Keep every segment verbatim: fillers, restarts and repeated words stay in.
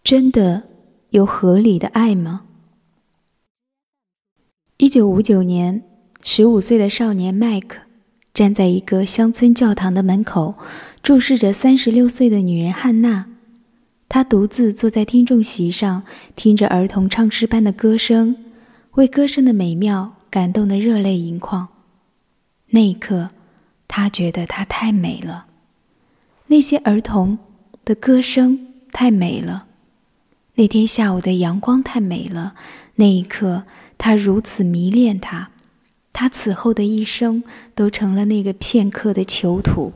真的有合理的爱吗？一九五九年，十五岁的少年麦克站在一个乡村教堂的门口，注视着三十六岁的女人汉娜。他独自坐在听众席上，听着儿童唱诗般的歌声，为歌声的美妙感动得热泪盈眶。那一刻，他觉得她太美了，那些儿童的歌声太美了，那天下午的阳光太美了。那一刻，他如此迷恋她，他此后的一生都成了那个片刻的囚徒。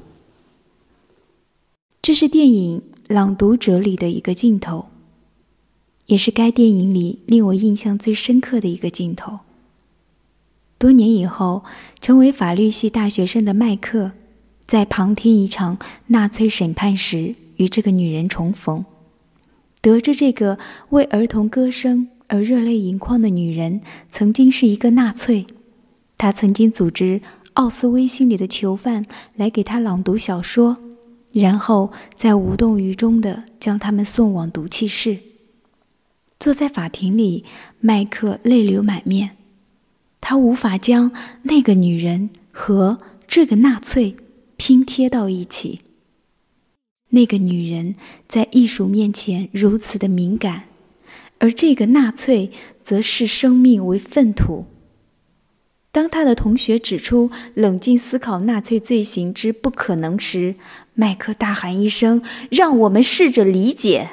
这是电影《朗读者》里的一个镜头，也是该电影里令我印象最深刻的一个镜头。多年以后，成为法律系大学生的麦克，在旁听一场纳粹审判时，与这个女人重逢。得知这个为儿童歌声而热泪盈眶的女人曾经是一个纳粹，她曾经组织奥斯威辛里的囚犯来给她朗读小说，然后在无动于衷地将他们送往毒气室。坐在法庭里，麦克泪流满面，他无法将那个女人和这个纳粹拼贴到一起。那个女人在艺术面前如此的敏感，而这个纳粹则视生命为粪土。当他的同学指出冷静思考纳粹罪行之不可能时，麦克大喊一声：“让我们试着理解！”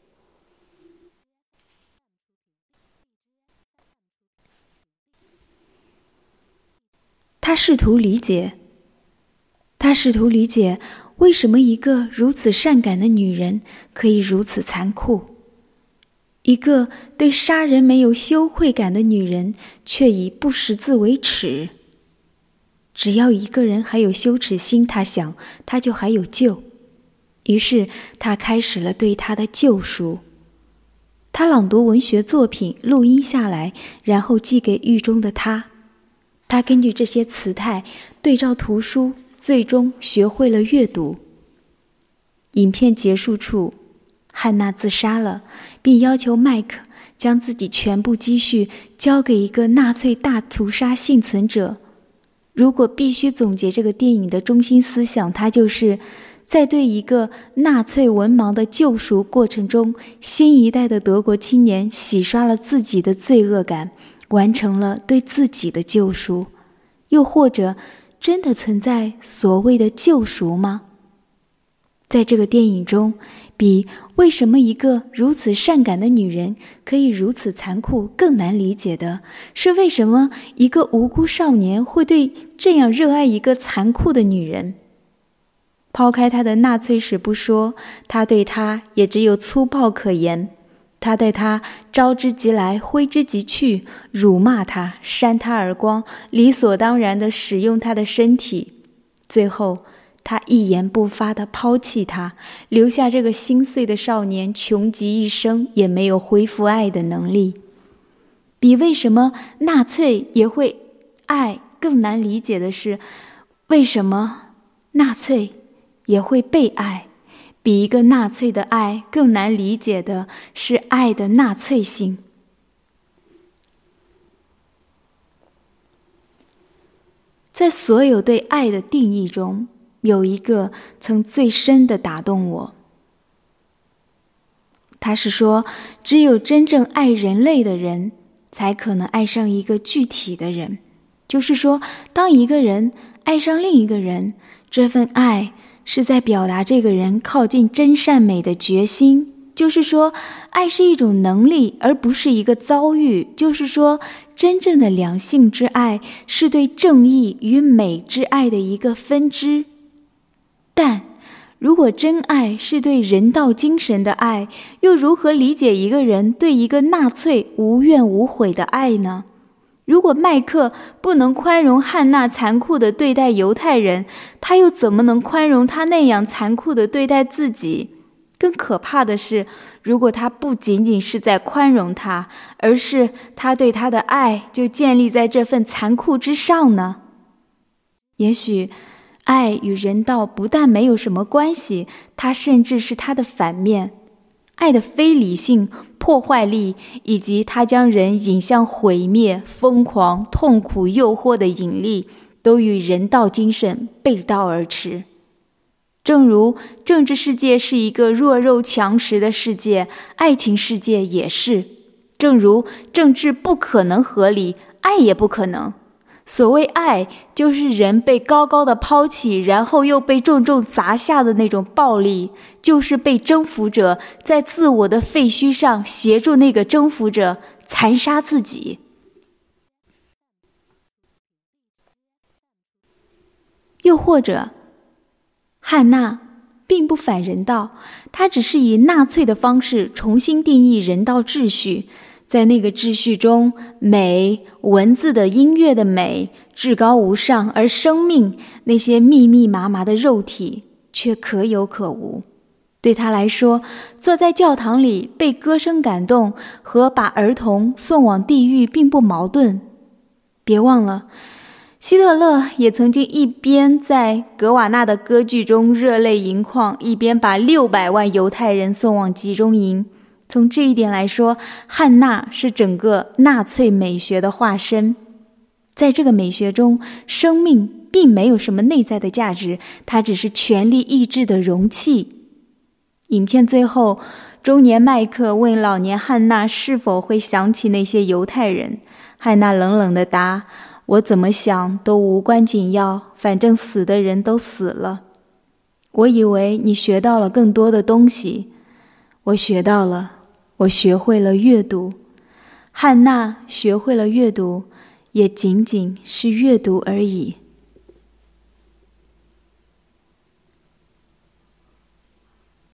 他试图理解，他试图理解为什么一个如此善感的女人可以如此残酷，一个对杀人没有羞愧感的女人却以不识字为耻。只要一个人还有羞耻心，他想，他就还有救。于是他开始了对他的救赎。他朗读文学作品，录音下来，然后寄给狱中的他。他根据这些词态对照图书，最终学会了阅读。影片结束处，汉娜自杀了，并要求麦克将自己全部积蓄交给一个纳粹大屠杀幸存者。如果必须总结这个电影的中心思想，它就是在对一个纳粹文盲的救赎过程中，新一代的德国青年洗刷了自己的罪恶感，完成了对自己的救赎。又或者，真的存在所谓的救赎吗？在这个电影中，比为什么一个如此善感的女人可以如此残酷更难理解的是，为什么一个无辜少年会对这样热爱一个残酷的女人。抛开他的纳粹史不说，他对她也只有粗暴可言。他对她招之即来，挥之即去，辱骂她，扇她耳光，理所当然地使用她的身体。最后他一言不发地抛弃她，留下这个心碎的少年穷极一生也没有恢复爱的能力。比为什么纳粹也会爱更难理解的是，为什么纳粹也会被爱。比一个纳粹的爱更难理解的是爱的纳粹性。在所有对爱的定义中，有一个曾最深地打动我。他是说，只有真正爱人类的人，才可能爱上一个具体的人。就是说，当一个人爱上另一个人，这份爱是在表达这个人靠近真善美的决心。就是说，爱是一种能力，而不是一个遭遇。就是说，真正的两性之爱是对正义与美之爱的一个分支。但如果真爱是对人道精神的爱，又如何理解一个人对一个纳粹无怨无悔的爱呢？如果麦克不能宽容汉娜残酷地对待犹太人，他又怎么能宽容他那样残酷地对待自己？更可怕的是，如果他不仅仅是在宽容他，而是他对他的爱就建立在这份残酷之上呢？也许爱与人道不但没有什么关系，它甚至是它的反面。 爱的非理性、破坏力，以及它将人引向毁灭、疯狂、痛苦、诱惑的引力，都与人道精神背道而驰。正如政治世界是一个弱肉强食的世界，爱情世界也是。正如政治不可能合理，爱也不可能。所谓爱，就是人被高高的抛弃，然后又被重重砸下的那种暴力，就是被征服者在自我的废墟上协助那个征服者残杀自己。又或者，汉娜并不反人道，她只是以纳粹的方式重新定义人道秩序。在那个秩序中，美、文字的、音乐的美至高无上，而生命那些密密麻麻的肉体却可有可无。对他来说，坐在教堂里被歌声感动和把儿童送往地狱并不矛盾。别忘了，希特勒也曾经一边在格瓦纳的歌剧中热泪盈眶，一边把六百万犹太人送往集中营。从这一点来说，汉娜是整个纳粹美学的化身。在这个美学中，生命并没有什么内在的价值，它只是权力意志的容器。影片最后，中年麦克问老年汉娜是否会想起那些犹太人，汉娜冷冷地答：我怎么想都无关紧要，反正死的人都死了。我以为你学到了更多的东西。我学到了，我学会了阅读。汉娜学会了阅读，也仅仅是阅读而已。